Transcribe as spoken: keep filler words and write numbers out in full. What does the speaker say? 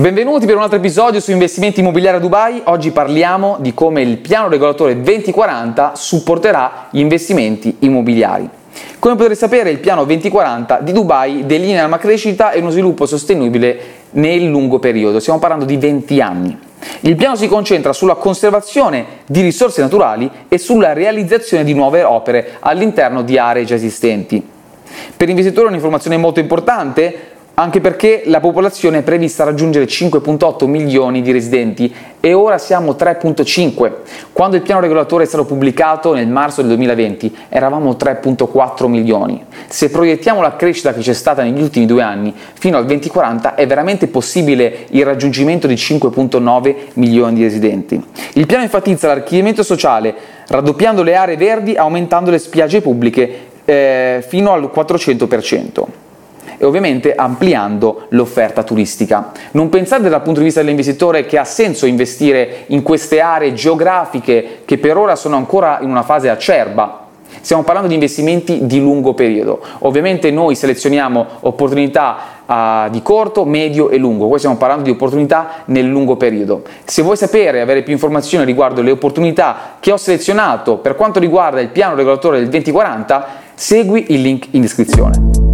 Benvenuti per un altro episodio su investimenti immobiliari a Dubai. Oggi parliamo di come il piano regolatore venti quaranta supporterà gli investimenti immobiliari. Come potrete sapere, il piano venti quaranta di Dubai delinea una crescita e uno sviluppo sostenibile nel lungo periodo, stiamo parlando di venti anni. Il piano si concentra sulla conservazione di risorse naturali e sulla realizzazione di nuove opere all'interno di aree già esistenti. Per l'investitore è un'informazione molto importante, anche perché la popolazione è prevista raggiungere cinque virgola otto milioni di residenti e ora siamo tre virgola cinque. Quando il piano regolatore è stato pubblicato nel marzo del duemilaventi eravamo tre virgola quattro milioni. Se proiettiamo la crescita che c'è stata negli ultimi due anni fino al venti quaranta è veramente possibile il raggiungimento di cinque virgola nove milioni di residenti. Il piano enfatizza l'archiviamento sociale, raddoppiando le aree verdi, aumentando le spiagge pubbliche eh, fino al quattrocento per cento. E ovviamente ampliando l'offerta turistica. Non pensate dal punto di vista dell'investitore che ha senso investire in queste aree geografiche che per ora sono ancora in una fase acerba. Stiamo parlando di investimenti di lungo periodo. Ovviamente noi selezioniamo opportunità uh, di corto, medio e lungo. Poi stiamo parlando di opportunità nel lungo periodo. Se vuoi sapere e avere più informazioni riguardo le opportunità che ho selezionato per quanto riguarda il piano regolatore del venti quaranta, segui il link in descrizione.